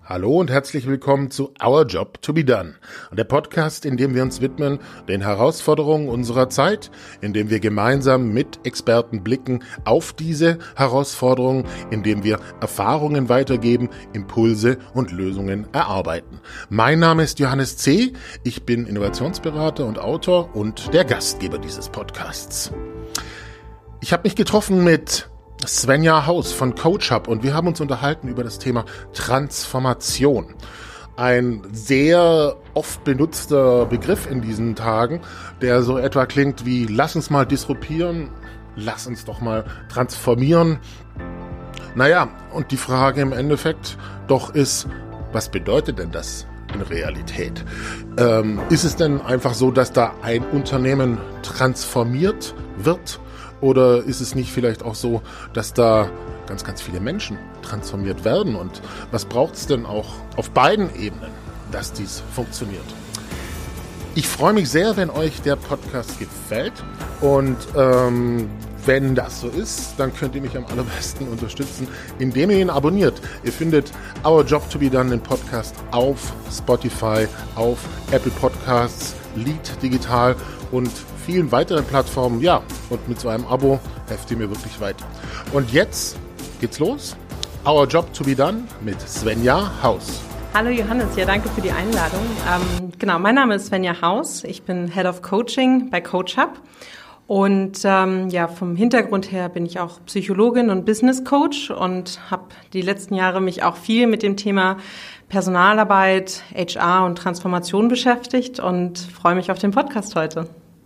Hallo und herzlich willkommen zu Our Job to be Done, der Podcast, in dem wir uns widmen den Herausforderungen unserer Zeit, in dem wir gemeinsam mit Experten blicken auf diese Herausforderungen, in dem wir Erfahrungen weitergeben, Impulse und Lösungen erarbeiten. Mein Name ist Johannes C., ich bin Innovationsberater und Autor und der Gastgeber dieses Podcasts. Ich habe mich getroffen mit Svenja Haus von CoachHub und wir haben uns unterhalten über das Thema Transformation. Ein sehr oft benutzter Begriff in diesen Tagen, der so etwa klingt wie: lass uns mal disruptieren, lass uns doch mal transformieren. Naja, und die Frage im Endeffekt doch ist, was bedeutet denn das in Realität? Ist es denn einfach so, dass da ein Unternehmen transformiert wird? Oder ist es nicht vielleicht auch so, dass da ganz, ganz viele Menschen transformiert werden? Und was braucht es denn auch auf beiden Ebenen, dass dies funktioniert? Ich freue mich sehr, wenn euch der Podcast gefällt. Und wenn das so ist, dann könnt ihr mich am allerbesten unterstützen, indem ihr ihn abonniert. Ihr findet Our Job to be Done, den Podcast, auf Spotify, auf Apple Podcasts, Lead Digital und vielen weiteren Plattformen. Ja, und mit so einem Abo helft ihr mir wirklich weiter. Und jetzt geht's los. Our Job to be Done mit Svenja Haus. Hallo Johannes, ja, danke für die Einladung. Mein Name ist Svenja Haus. Ich bin Head of Coaching bei CoachHub. Und vom Hintergrund her bin ich auch Psychologin und Business Coach und habe die letzten Jahre mich auch viel mit dem Thema Personalarbeit, HR und Transformation beschäftigt und freue mich auf den Podcast heute.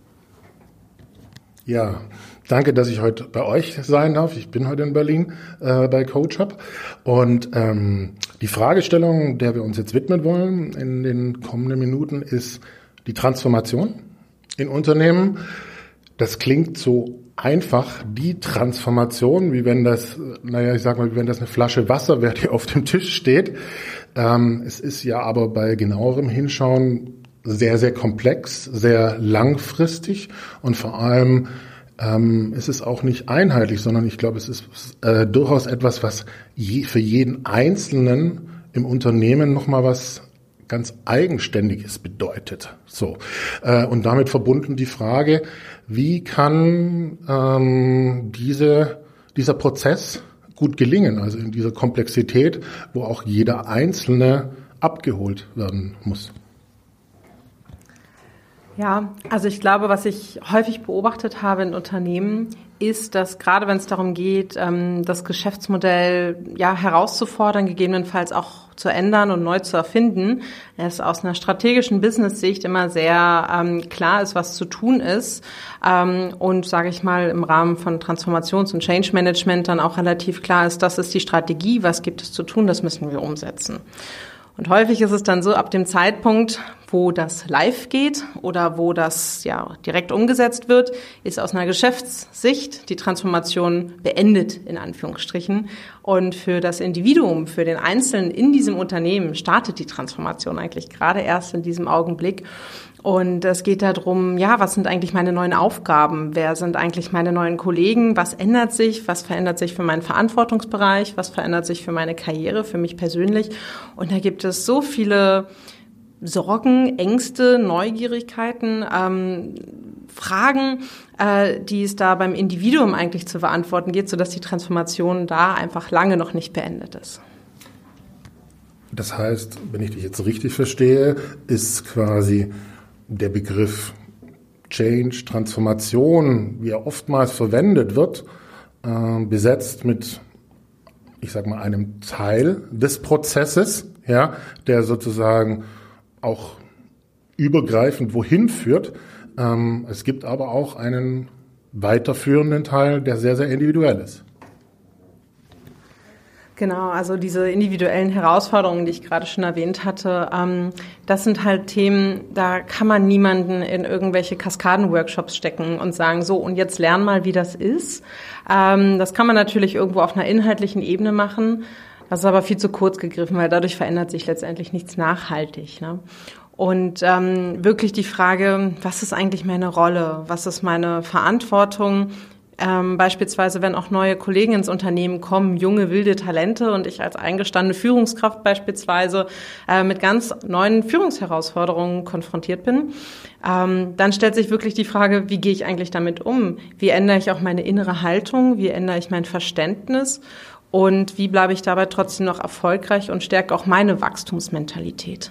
Ja, danke, dass ich heute bei euch sein darf. Ich bin heute in Berlin bei CoachHub. Und die Fragestellung, der wir uns jetzt widmen wollen in den kommenden Minuten, ist die Transformation in Unternehmen. Das klingt so einfach, die Transformation, wie wenn das, wie wenn das eine Flasche Wasser wäre, die auf dem Tisch steht. Es ist ja aber bei genauerem Hinschauen sehr, sehr komplex, sehr langfristig und vor allem ist es auch nicht einheitlich, sondern ich glaube, es ist durchaus etwas, was für jeden Einzelnen im Unternehmen nochmal was ganz Eigenständiges bedeutet. So. Und damit verbunden die Frage, wie kann dieser Prozess gut gelingen, also in dieser Komplexität, wo auch jeder Einzelne abgeholt werden muss. Ja, also ich glaube, was ich häufig beobachtet habe in Unternehmen, ist, dass gerade wenn es darum geht, das Geschäftsmodell herauszufordern, gegebenenfalls auch zu ändern und neu zu erfinden, es aus einer strategischen Business-Sicht immer sehr klar ist, was zu tun ist und, sage ich mal, im Rahmen von Transformations- und Change-Management dann auch relativ klar ist, das ist die Strategie, was gibt es zu tun, das müssen wir umsetzen. Und häufig ist es dann so, ab dem Zeitpunkt, wo das live geht oder wo das direkt umgesetzt wird, ist aus einer Geschäftssicht die Transformation beendet, in Anführungsstrichen. Und für das Individuum, für den Einzelnen in diesem Unternehmen startet die Transformation eigentlich gerade erst in diesem Augenblick. Und es geht darum, was sind eigentlich meine neuen Aufgaben? Wer sind eigentlich meine neuen Kollegen? Was ändert sich? Was verändert sich für meinen Verantwortungsbereich? Was verändert sich für meine Karriere, für mich persönlich? Und da gibt es so viele Sorgen, Ängste, Neugierigkeiten, Fragen, die es da beim Individuum eigentlich zu beantworten geht, sodass die Transformation da einfach lange noch nicht beendet ist. Das heißt, wenn ich dich jetzt richtig verstehe, ist quasi der Begriff Change, Transformation, wie er oftmals verwendet wird, besetzt mit, einem Teil des Prozesses, der sozusagen auch übergreifend wohin führt. Es gibt aber auch einen weiterführenden Teil, der sehr, sehr individuell ist. Genau, also diese individuellen Herausforderungen, die ich gerade schon erwähnt hatte, das sind halt Themen, da kann man niemanden in irgendwelche Kaskaden-Workshops stecken und sagen, so, und jetzt lern mal, wie das ist. Das kann man natürlich irgendwo auf einer inhaltlichen Ebene machen, das ist aber viel zu kurz gegriffen, weil dadurch verändert sich letztendlich nichts nachhaltig, ne? Und wirklich die Frage, was ist eigentlich meine Rolle? Was ist meine Verantwortung Beispielsweise, wenn auch neue Kollegen ins Unternehmen kommen, junge, wilde Talente und ich als eingestandene Führungskraft beispielsweise mit ganz neuen Führungsherausforderungen konfrontiert bin, dann stellt sich wirklich die Frage, wie gehe ich eigentlich damit um? Wie ändere ich auch meine innere Haltung? Wie ändere ich mein Verständnis? Und wie bleibe ich dabei trotzdem noch erfolgreich und stärke auch meine Wachstumsmentalität?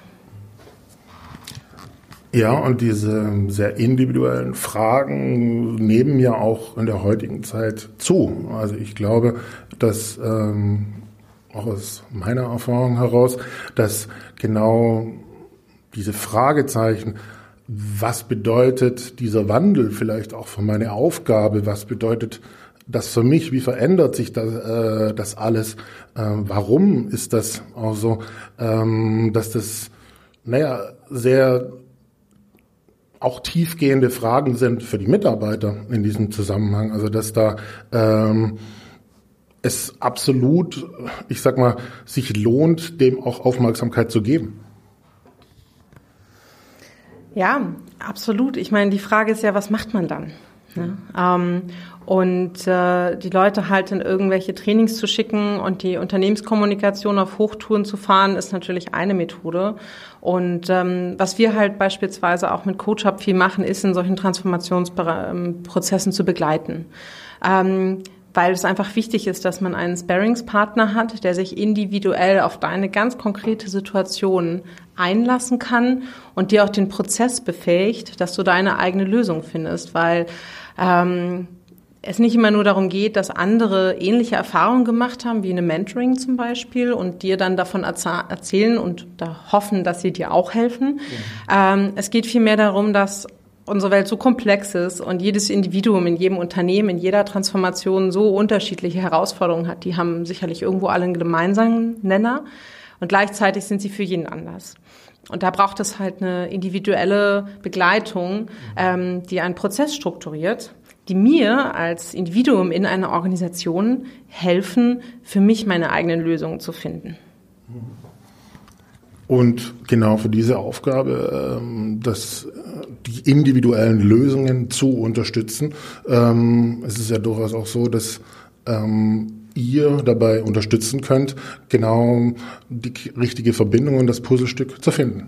Ja, und diese sehr individuellen Fragen nehmen ja auch in der heutigen Zeit zu. Also ich glaube, dass auch aus meiner Erfahrung heraus, dass genau diese Fragezeichen, was bedeutet dieser Wandel vielleicht auch für meine Aufgabe, was bedeutet das für mich, wie verändert sich das alles, warum ist das auch so, dass das, sehr auch tiefgehende Fragen sind für die Mitarbeiter in diesem Zusammenhang. Also dass da es absolut, ich sag mal, sich lohnt, dem auch Aufmerksamkeit zu geben. Ja, absolut. Ich meine, die Frage ist ja, was macht man dann? Ne? Die Leute halt in irgendwelche Trainings zu schicken und die Unternehmenskommunikation auf Hochtouren zu fahren, ist natürlich eine Methode. Und was wir halt beispielsweise auch mit CoachUp viel machen, ist in solchen Transformationsprozessen zu begleiten. Weil es einfach wichtig ist, dass man einen Sparringspartner hat, der sich individuell auf deine ganz konkrete Situation einlassen kann und dir auch den Prozess befähigt, dass du deine eigene Lösung findest, weil es nicht immer nur darum geht, dass andere ähnliche Erfahrungen gemacht haben, wie in einem Mentoring zum Beispiel, und dir dann davon erzählen und da hoffen, dass sie dir auch helfen. Ja. Es geht vielmehr darum, dass unsere Welt so komplex ist und jedes Individuum in jedem Unternehmen, in jeder Transformation so unterschiedliche Herausforderungen hat. Die haben sicherlich irgendwo alle einen gemeinsamen Nenner und gleichzeitig sind sie für jeden anders. Und da braucht es halt eine individuelle Begleitung, die einen Prozess strukturiert, die mir als Individuum in einer Organisation helfen, für mich meine eigenen Lösungen zu finden. Und genau für diese Aufgabe, die individuellen Lösungen zu unterstützen, es ist ja durchaus auch so, dass ihr dabei unterstützen könnt, genau die richtige Verbindung und das Puzzlestück zu finden.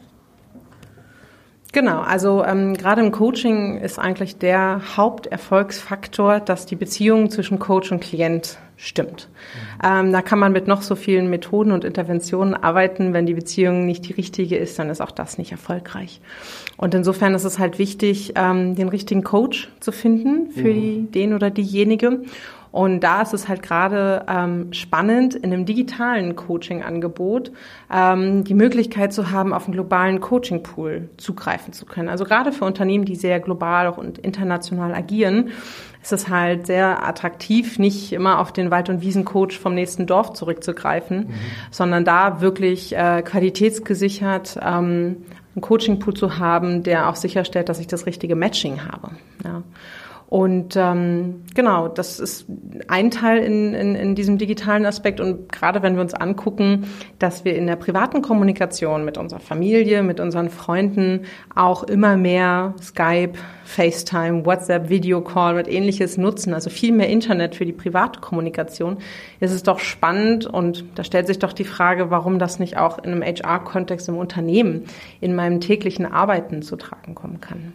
Genau, also gerade im Coaching ist eigentlich der Haupterfolgsfaktor, dass die Beziehung zwischen Coach und Klient stimmt. Da kann man mit noch so vielen Methoden und Interventionen arbeiten. Wenn die Beziehung nicht die richtige ist, dann ist auch das nicht erfolgreich. Und insofern ist es halt wichtig, den richtigen Coach zu finden für den oder diejenige. Und da ist es halt gerade spannend, in einem digitalen Coaching-Angebot die Möglichkeit zu haben, auf einen globalen Coaching-Pool zugreifen zu können. Also gerade für Unternehmen, die sehr global und international agieren, ist es halt sehr attraktiv, nicht immer auf den Wald- und Wiesencoach vom nächsten Dorf zurückzugreifen, sondern da wirklich qualitätsgesichert einen Coaching-Pool zu haben, der auch sicherstellt, dass ich das richtige Matching habe. Ja. Und genau, das ist ein Teil in diesem digitalen Aspekt. Und gerade wenn wir uns angucken, dass wir in der privaten Kommunikation mit unserer Familie, mit unseren Freunden auch immer mehr Skype, FaceTime, WhatsApp, Videocall und Ähnliches nutzen, also viel mehr Internet für die private Kommunikation, ist es doch spannend. Und da stellt sich doch die Frage, warum das nicht auch in einem HR-Kontext im Unternehmen in meinem täglichen Arbeiten zu tragen kommen kann.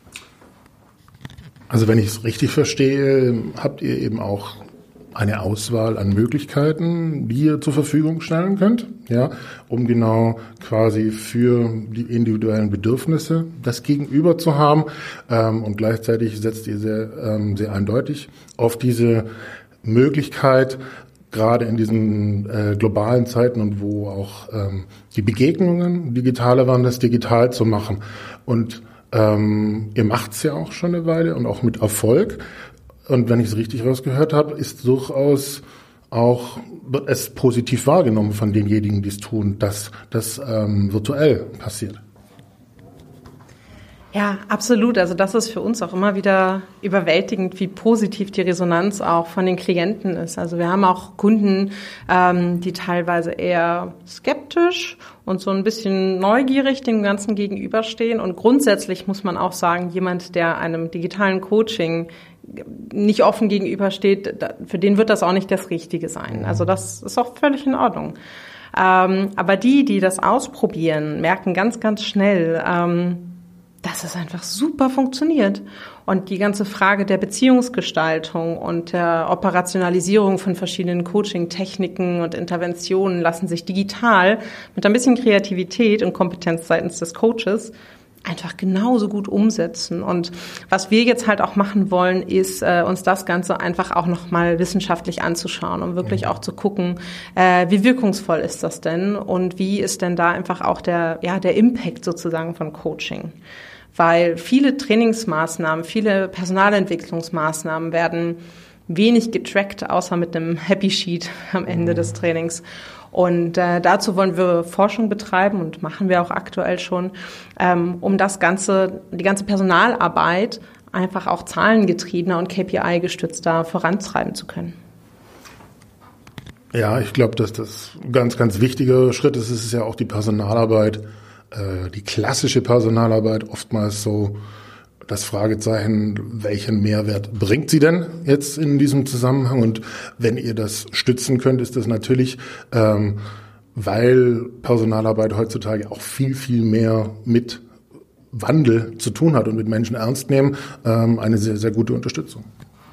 Also wenn ich es richtig verstehe, habt ihr eben auch eine Auswahl an Möglichkeiten, die ihr zur Verfügung stellen könnt, ja, um genau quasi für die individuellen Bedürfnisse das Gegenüber zu haben. Und gleichzeitig setzt ihr sehr eindeutig auf diese Möglichkeit, gerade in diesen globalen Zeiten und wo auch die Begegnungen digitaler waren, das digital zu machen. Und ihr macht's ja auch schon eine Weile und auch mit Erfolg. Und wenn ich es richtig rausgehört habe, ist durchaus auch, wird es positiv wahrgenommen von denjenigen, die es tun, dass das virtuell passiert. Ja, absolut. Also das ist für uns auch immer wieder überwältigend, wie positiv die Resonanz auch von den Klienten ist. Also wir haben auch Kunden, die teilweise eher skeptisch und so ein bisschen neugierig dem Ganzen gegenüberstehen. Und grundsätzlich muss man auch sagen, jemand, der einem digitalen Coaching nicht offen gegenübersteht, für den wird das auch nicht das Richtige sein. Also das ist auch völlig in Ordnung. Aber die das ausprobieren, merken ganz, ganz schnell, dass es einfach super funktioniert. Und die ganze Frage der Beziehungsgestaltung und der Operationalisierung von verschiedenen Coaching-Techniken und Interventionen lassen sich digital mit ein bisschen Kreativität und Kompetenz seitens des Coaches einfach genauso gut umsetzen. Und was wir jetzt halt auch machen wollen, ist uns das Ganze einfach auch nochmal wissenschaftlich anzuschauen, um wirklich auch zu gucken, wie wirkungsvoll ist das denn und wie ist denn da einfach auch der Impact sozusagen von Coaching. Weil viele Trainingsmaßnahmen, viele Personalentwicklungsmaßnahmen werden wenig getrackt, außer mit einem Happy Sheet am Ende des Trainings. Und dazu wollen wir Forschung betreiben und machen wir auch aktuell schon, um die ganze Personalarbeit einfach auch zahlengetriebener und KPI-gestützter vorantreiben zu können. Ja, ich glaube, dass das ein ganz, ganz wichtiger Schritt ist. Es ist ja auch die Personalarbeit, die klassische Personalarbeit, oftmals so das Fragezeichen, welchen Mehrwert bringt sie denn jetzt in diesem Zusammenhang? Und wenn ihr das stützen könnt, ist das natürlich, weil Personalarbeit heutzutage auch viel, viel mehr mit Wandel zu tun hat und mit Menschen ernst nehmen, eine sehr, sehr gute Unterstützung.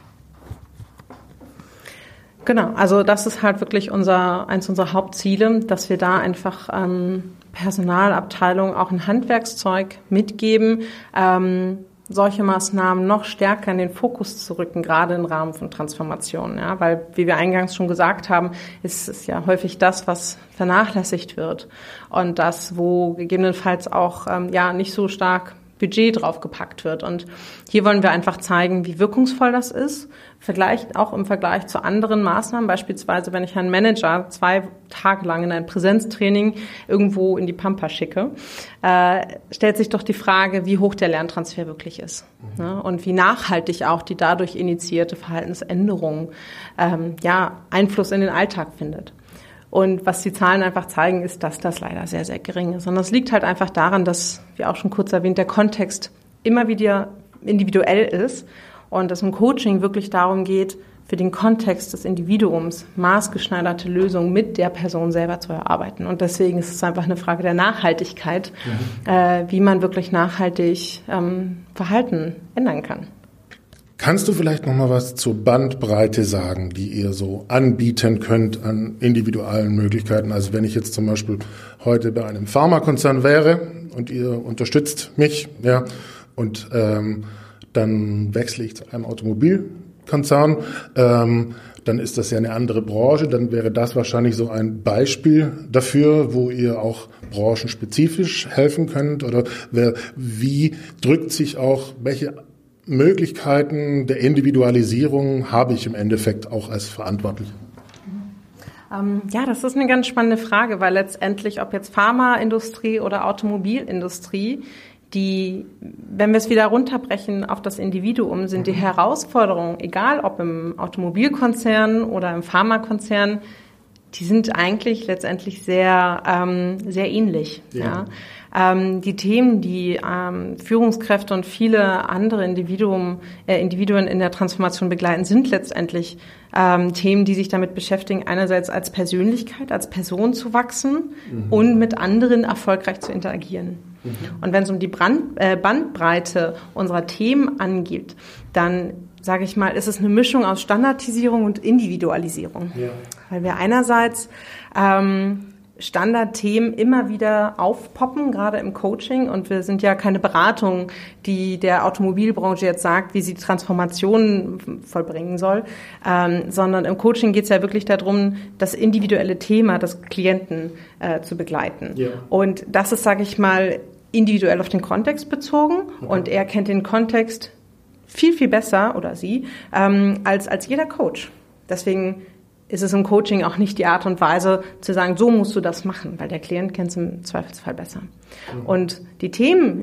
Genau, also das ist halt wirklich eins unserer Hauptziele, dass wir da einfach Personalabteilungen auch ein Handwerkszeug mitgeben, solche Maßnahmen noch stärker in den Fokus zu rücken, gerade im Rahmen von Transformationen. Ja? Weil, wie wir eingangs schon gesagt haben, ist es ja häufig das, was vernachlässigt wird und das, wo gegebenenfalls auch nicht so stark Budget draufgepackt wird. Und hier wollen wir einfach zeigen, wie wirkungsvoll das ist, auch im Vergleich zu anderen Maßnahmen. Beispielsweise, wenn ich einen Manager 2 Tage lang in ein Präsenztraining irgendwo in die Pampa schicke, stellt sich doch die Frage, wie hoch der Lerntransfer wirklich ist. Ne? Und wie nachhaltig auch die dadurch initiierte Verhaltensänderung Einfluss in den Alltag findet. Und was die Zahlen einfach zeigen, ist, dass das leider sehr, sehr gering ist. Und das liegt halt einfach daran, dass, wie auch schon kurz erwähnt, der Kontext immer wieder individuell ist und dass im Coaching wirklich darum geht, für den Kontext des Individuums maßgeschneiderte Lösungen mit der Person selber zu erarbeiten. Und deswegen ist es einfach eine Frage der Nachhaltigkeit, wie man wirklich nachhaltig Verhalten ändern kann. Kannst du vielleicht noch mal was zur Bandbreite sagen, die ihr so anbieten könnt an individuellen Möglichkeiten? Also wenn ich jetzt zum Beispiel heute bei einem Pharmakonzern wäre und ihr unterstützt mich, ja, und dann wechsle ich zu einem Automobilkonzern, dann ist das ja eine andere Branche. Dann wäre das wahrscheinlich so ein Beispiel dafür, wo ihr auch branchenspezifisch helfen könnt. Oder wie drückt sich auch, welche Möglichkeiten der Individualisierung habe ich im Endeffekt auch als Verantwortlicher? Das ist eine ganz spannende Frage, weil letztendlich, ob jetzt Pharmaindustrie oder Automobilindustrie, wenn wir es wieder runterbrechen auf das Individuum, sind die Herausforderungen, egal ob im Automobilkonzern oder im Pharmakonzern, die sind eigentlich letztendlich sehr, sehr ähnlich. Ja. Die Themen, die Führungskräfte und viele andere Individuen in der Transformation begleiten, sind letztendlich Themen, die sich damit beschäftigen, einerseits als Persönlichkeit, als Person zu wachsen und mit anderen erfolgreich zu interagieren. Und wenn es um die Bandbreite unserer Themen angeht, dann sage ich mal, ist es eine Mischung aus Standardisierung und Individualisierung. Ja. Weil wir einerseits Standardthemen immer wieder aufpoppen, gerade im Coaching. Und wir sind ja keine Beratung, die der Automobilbranche jetzt sagt, wie sie die Transformation vollbringen soll, sondern im Coaching geht es ja wirklich darum, das individuelle Thema des Klienten zu begleiten. Ja. Und das ist, sage ich mal, individuell auf den Kontext bezogen. Okay. Und er kennt den Kontext viel, viel besser, oder sie, als jeder Coach. Deswegen ist es im Coaching auch nicht die Art und Weise zu sagen, so musst du das machen, weil der Klient kennt es im Zweifelsfall besser. Mhm. Und die Themen,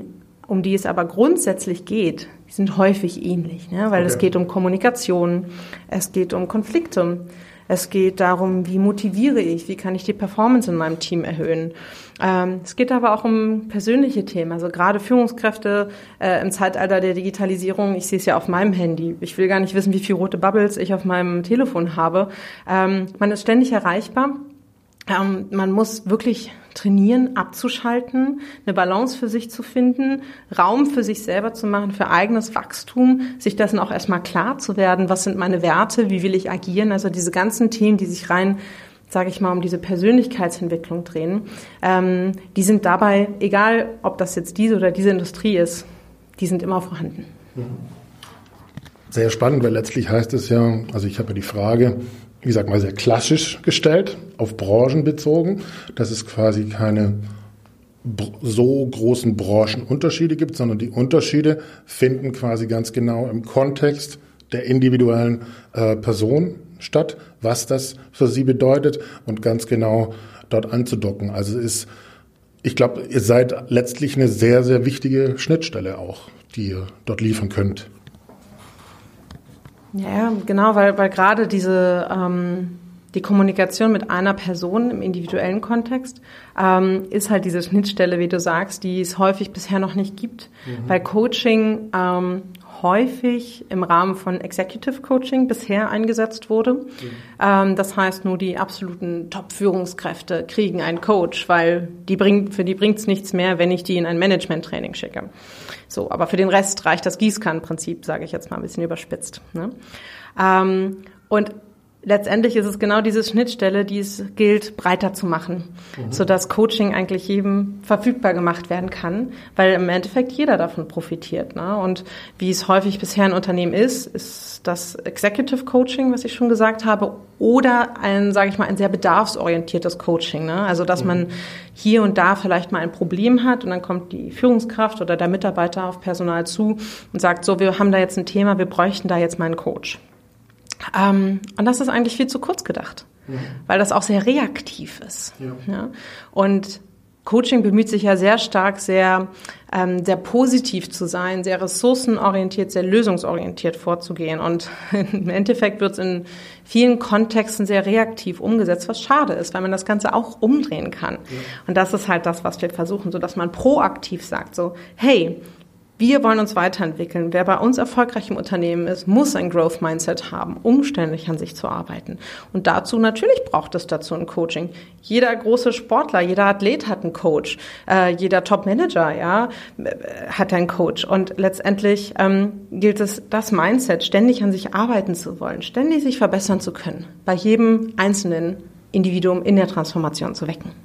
um die es aber grundsätzlich geht, die sind häufig ähnlich, ne? Weil es geht um Kommunikation, es geht um Konflikte, es geht darum, wie motiviere ich, wie kann ich die Performance in meinem Team erhöhen. Es geht aber auch um persönliche Themen, also gerade Führungskräfte im Zeitalter der Digitalisierung. Ich sehe es ja auf meinem Handy. Ich will gar nicht wissen, wie viele rote Bubbles ich auf meinem Telefon habe. Man ist ständig erreichbar. Man muss wirklich trainieren, abzuschalten, eine Balance für sich zu finden, Raum für sich selber zu machen, für eigenes Wachstum, sich dessen auch erstmal klar zu werden, was sind meine Werte, wie will ich agieren, also diese ganzen Themen, die sich rein, sage ich mal, um diese Persönlichkeitsentwicklung drehen, die sind dabei, egal ob das jetzt diese oder diese Industrie ist, die sind immer vorhanden. Sehr spannend, weil letztlich heißt es ja, also ich habe ja die Frage, wie gesagt mal, sehr klassisch gestellt, auf Branchen bezogen, dass es quasi keine so großen Branchenunterschiede gibt, sondern die Unterschiede finden quasi ganz genau im Kontext der individuellen Person statt, was das für sie bedeutet und ganz genau dort anzudocken. Also ich glaube, ihr seid letztlich eine sehr, sehr wichtige Schnittstelle auch, die ihr dort liefern könnt. Ja, genau, weil gerade die Kommunikation mit einer Person im individuellen Kontext ist halt diese Schnittstelle, wie du sagst, die es häufig bisher noch nicht gibt, weil Coaching häufig im Rahmen von Executive Coaching bisher eingesetzt wurde. Das heißt, nur die absoluten Top-Führungskräfte kriegen einen Coach, weil für die bringt's nichts mehr, wenn ich die in ein Management-Training schicke. So, aber für den Rest reicht das Gießkannenprinzip, sage ich jetzt mal ein bisschen überspitzt. Ne? Und letztendlich ist es genau diese Schnittstelle, die es gilt, breiter zu machen, sodass Coaching eigentlich jedem verfügbar gemacht werden kann, weil im Endeffekt jeder davon profitiert. Ne? Und wie es häufig bisher in Unternehmen ist das Executive Coaching, was ich schon gesagt habe, oder ein sehr bedarfsorientiertes Coaching. Ne? Also, dass man hier und da vielleicht mal ein Problem hat und dann kommt die Führungskraft oder der Mitarbeiter auf Personal zu und sagt, so, wir haben da jetzt ein Thema, wir bräuchten da jetzt mal einen Coach. Und das ist eigentlich viel zu kurz gedacht, weil das auch sehr reaktiv ist. Ja? Und Coaching bemüht sich ja sehr stark, sehr positiv zu sein, sehr ressourcenorientiert, sehr lösungsorientiert vorzugehen. Und im Endeffekt wird es in vielen Kontexten sehr reaktiv umgesetzt, was schade ist, weil man das Ganze auch umdrehen kann. Ja. Und das ist halt das, was wir versuchen, so dass man proaktiv sagt, so, hey, wir wollen uns weiterentwickeln. Wer bei uns erfolgreich im Unternehmen ist, muss ein Growth-Mindset haben, um ständig an sich zu arbeiten. Und natürlich braucht es dazu ein Coaching. Jeder große Sportler, jeder Athlet hat einen Coach. Jeder Top-Manager, hat einen Coach. Und letztendlich gilt es, das Mindset, ständig an sich arbeiten zu wollen, ständig sich verbessern zu können, bei jedem einzelnen Individuum in der Transformation zu wecken.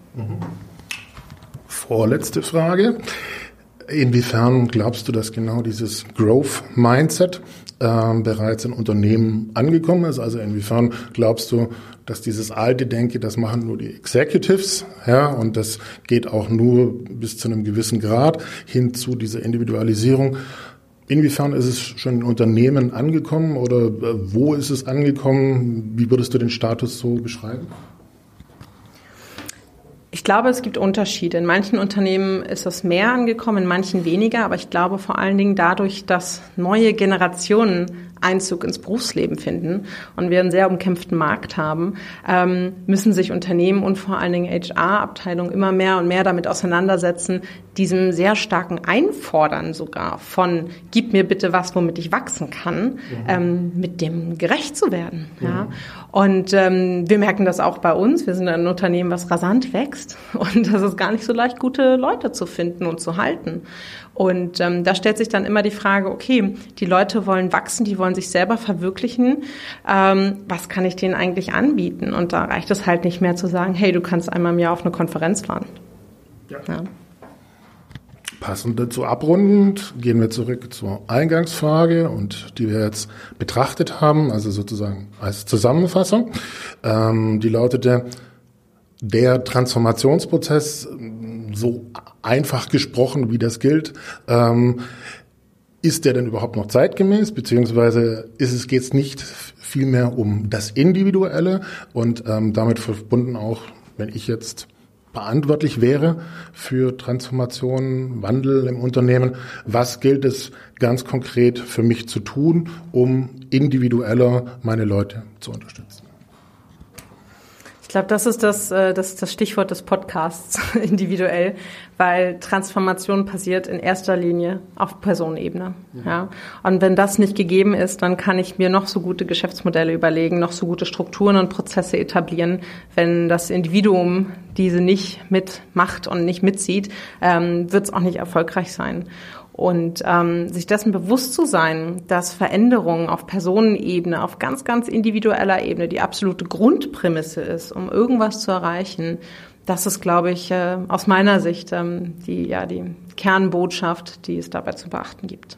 Vorletzte Frage. Inwiefern glaubst du, dass genau dieses Growth-Mindset bereits in Unternehmen angekommen ist? Also inwiefern glaubst du, dass dieses alte Denke, das machen nur die Executives, und das geht auch nur bis zu einem gewissen Grad hin zu dieser Individualisierung. Inwiefern ist es schon in Unternehmen angekommen oder wo ist es angekommen? Wie würdest du den Status so beschreiben? Ich glaube, es gibt Unterschiede. In manchen Unternehmen ist das mehr angekommen, in manchen weniger. Aber ich glaube vor allen Dingen dadurch, dass neue Generationen Einzug ins Berufsleben finden und wir einen sehr umkämpften Markt haben, müssen sich Unternehmen und vor allen Dingen HR-Abteilungen immer mehr und mehr damit auseinandersetzen, diesem sehr starken Einfordern sogar von gib mir bitte was, womit ich wachsen kann, mit dem gerecht zu werden. Ja? Und wir merken das auch bei uns. Wir sind ein Unternehmen, was rasant wächst und das ist gar nicht so leicht, gute Leute zu finden und zu halten. Und da stellt sich dann immer die Frage, okay, die Leute wollen wachsen, die wollen sich selber verwirklichen. Was kann ich denen eigentlich anbieten? Und da reicht es halt nicht mehr zu sagen, hey, du kannst einmal im Jahr auf eine Konferenz fahren. Ja. Passend dazu abrundend gehen wir zurück zur Eingangsfrage und die wir jetzt betrachtet haben, also sozusagen als Zusammenfassung. Die lautete, der Transformationsprozess, so einfach gesprochen, wie das gilt, ist der denn überhaupt noch zeitgemäß, beziehungsweise geht es nicht vielmehr um das Individuelle und damit verbunden auch, wenn ich jetzt verantwortlich wäre für Transformation, Wandel im Unternehmen. Was gilt es ganz konkret für mich zu tun, um individueller meine Leute zu unterstützen? Ich glaube, das ist das Stichwort des Podcasts, individuell, weil Transformation passiert in erster Linie auf Personenebene. Ja. Und wenn das nicht gegeben ist, dann kann ich mir noch so gute Geschäftsmodelle überlegen, noch so gute Strukturen und Prozesse etablieren. Wenn das Individuum diese nicht mitmacht und nicht mitzieht, wird es auch nicht erfolgreich sein. Und sich dessen bewusst zu sein, dass Veränderungen auf Personenebene, auf ganz, ganz individueller Ebene die absolute Grundprämisse ist, um irgendwas zu erreichen, das ist, glaube ich, aus meiner Sicht die Kernbotschaft, die es dabei zu beachten gibt.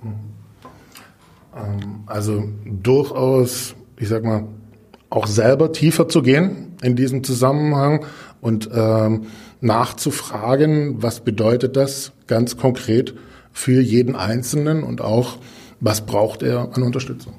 Also durchaus, ich sag mal, auch selber tiefer zu gehen in diesem Zusammenhang und nachzufragen, was bedeutet das ganz konkret für jeden Einzelnen und auch, was braucht er an Unterstützung?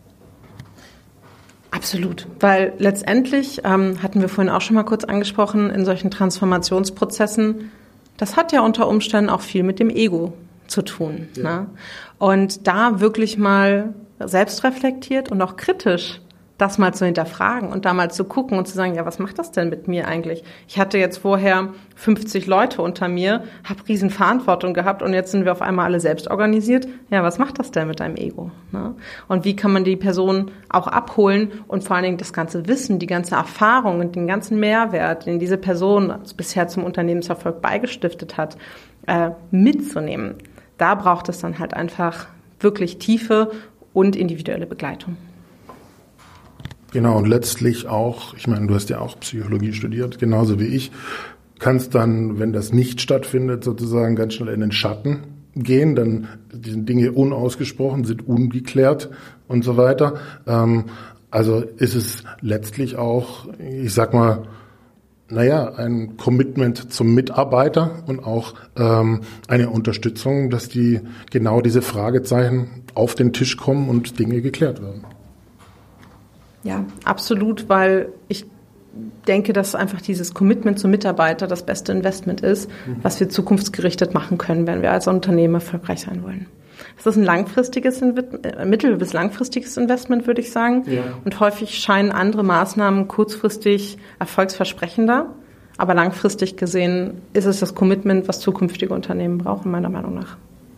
Absolut, weil letztendlich, hatten wir vorhin auch schon mal kurz angesprochen, in solchen Transformationsprozessen, das hat ja unter Umständen auch viel mit dem Ego zu tun. Ja. Ne? Und da wirklich mal selbstreflektiert und auch kritisch das mal zu hinterfragen und da mal zu gucken und zu sagen, ja, was macht das denn mit mir eigentlich? Ich hatte jetzt vorher 50 Leute unter mir, habe riesen Verantwortung gehabt und jetzt sind wir auf einmal alle selbst organisiert. Ja, was macht das denn mit deinem Ego? Ne? Und wie kann man die Person auch abholen und vor allen Dingen das ganze Wissen, die ganze Erfahrung und den ganzen Mehrwert, den diese Person bisher zum Unternehmenserfolg beigestiftet hat, mitzunehmen? Da braucht es dann halt einfach wirklich tiefe und individuelle Begleitung. Genau, und letztlich auch, ich meine, du hast ja auch Psychologie studiert, genauso wie ich, kannst dann, wenn das nicht stattfindet, sozusagen ganz schnell in den Schatten gehen, dann sind Dinge unausgesprochen, sind ungeklärt und so weiter. Also ist es letztlich auch, ich sag mal, ein Commitment zum Mitarbeiter und auch eine Unterstützung, dass die genau diese Fragezeichen auf den Tisch kommen und Dinge geklärt werden. Ja, absolut, weil ich denke, dass einfach dieses Commitment zum Mitarbeiter das beste Investment ist, was wir zukunftsgerichtet machen können, wenn wir als Unternehmen erfolgreich sein wollen. Das ist ein langfristiges, mittel- bis langfristiges Investment, würde ich sagen. Ja. Und häufig scheinen andere Maßnahmen kurzfristig erfolgsversprechender. Aber langfristig gesehen ist es das Commitment, was zukünftige Unternehmen brauchen, meiner Meinung nach.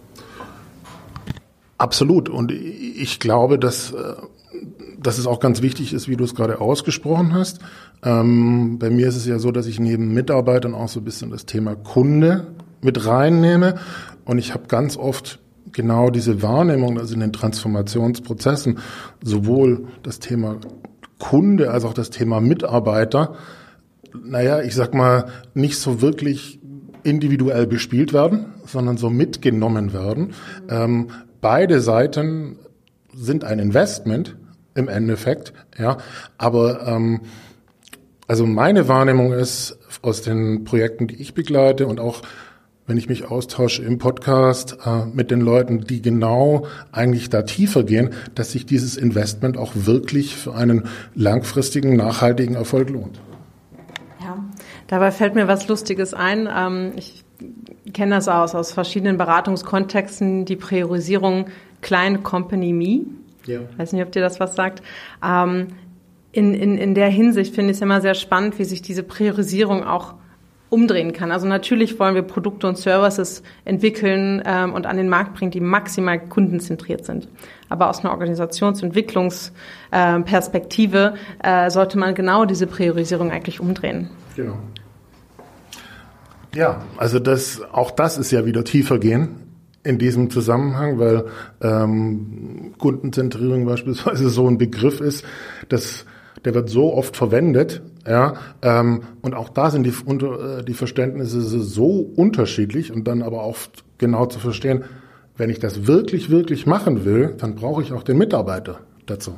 Absolut. Und ich glaube, dass es auch ganz wichtig ist, wie du es gerade ausgesprochen hast. Bei mir ist es ja so, dass ich neben Mitarbeitern auch so ein bisschen das Thema Kunde mit reinnehme. Und ich habe ganz oft genau diese Wahrnehmung, also in den Transformationsprozessen, sowohl das Thema Kunde als auch das Thema Mitarbeiter, ich sag mal, nicht so wirklich individuell bespielt werden, sondern so mitgenommen werden. Beide Seiten sind ein Investment im Endeffekt, ja. Aber also meine Wahrnehmung ist aus den Projekten, die ich begleite und auch wenn ich mich austausche im Podcast mit den Leuten, die genau eigentlich da tiefer gehen, dass sich dieses Investment auch wirklich für einen langfristigen, nachhaltigen Erfolg lohnt. Ja, dabei fällt mir was Lustiges ein. Ich kenne das aus verschiedenen Beratungskontexten, die Priorisierung Client Company Me. Ja. Ich weiß nicht, ob dir das was sagt. In der Hinsicht finde ich es immer sehr spannend, wie sich diese Priorisierung auch umdrehen kann. Also natürlich wollen wir Produkte und Services entwickeln und an den Markt bringen, die maximal kundenzentriert sind. Aber aus einer Organisationsentwicklungsperspektive sollte man genau diese Priorisierung eigentlich umdrehen. Genau. Ja, also auch das ist ja wieder tiefer gehen in diesem Zusammenhang, weil Kundenzentrierung beispielsweise so ein Begriff ist, der wird so oft verwendet, ja, und auch da sind die Verständnisse so unterschiedlich und dann aber auch genau zu verstehen, wenn ich das wirklich, wirklich machen will, dann brauche ich auch den Mitarbeiter dazu.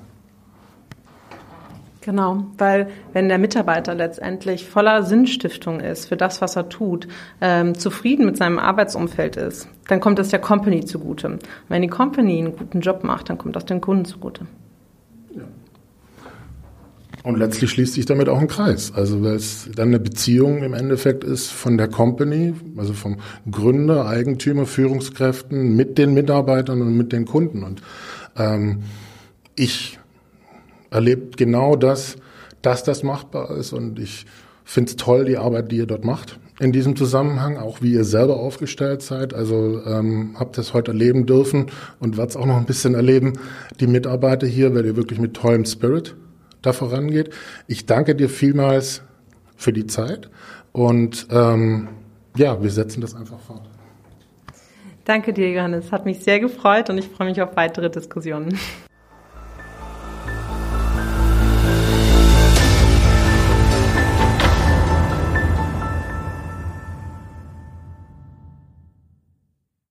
Genau, weil wenn der Mitarbeiter letztendlich voller Sinnstiftung ist für das, was er tut, zufrieden mit seinem Arbeitsumfeld ist, dann kommt das der Company zugute. Und wenn die Company einen guten Job macht, dann kommt das den Kunden zugute. Ja. Und letztlich schließt sich damit auch ein Kreis. Also weil es dann eine Beziehung im Endeffekt ist von der Company, also vom Gründer, Eigentümer, Führungskräften mit den Mitarbeitern und mit den Kunden. Und ich erlebe genau das, dass das machbar ist. Und ich finde es toll, die Arbeit, die ihr dort macht. In diesem Zusammenhang, auch wie ihr selber aufgestellt seid. Also habt das heute erleben dürfen und werde es auch noch ein bisschen erleben, die Mitarbeiter hier, weil ihr wirklich mit tollem Spirit da vorangeht. Ich danke dir vielmals für die Zeit und wir setzen das einfach fort. Danke dir, Johannes. Hat mich sehr gefreut und ich freue mich auf weitere Diskussionen.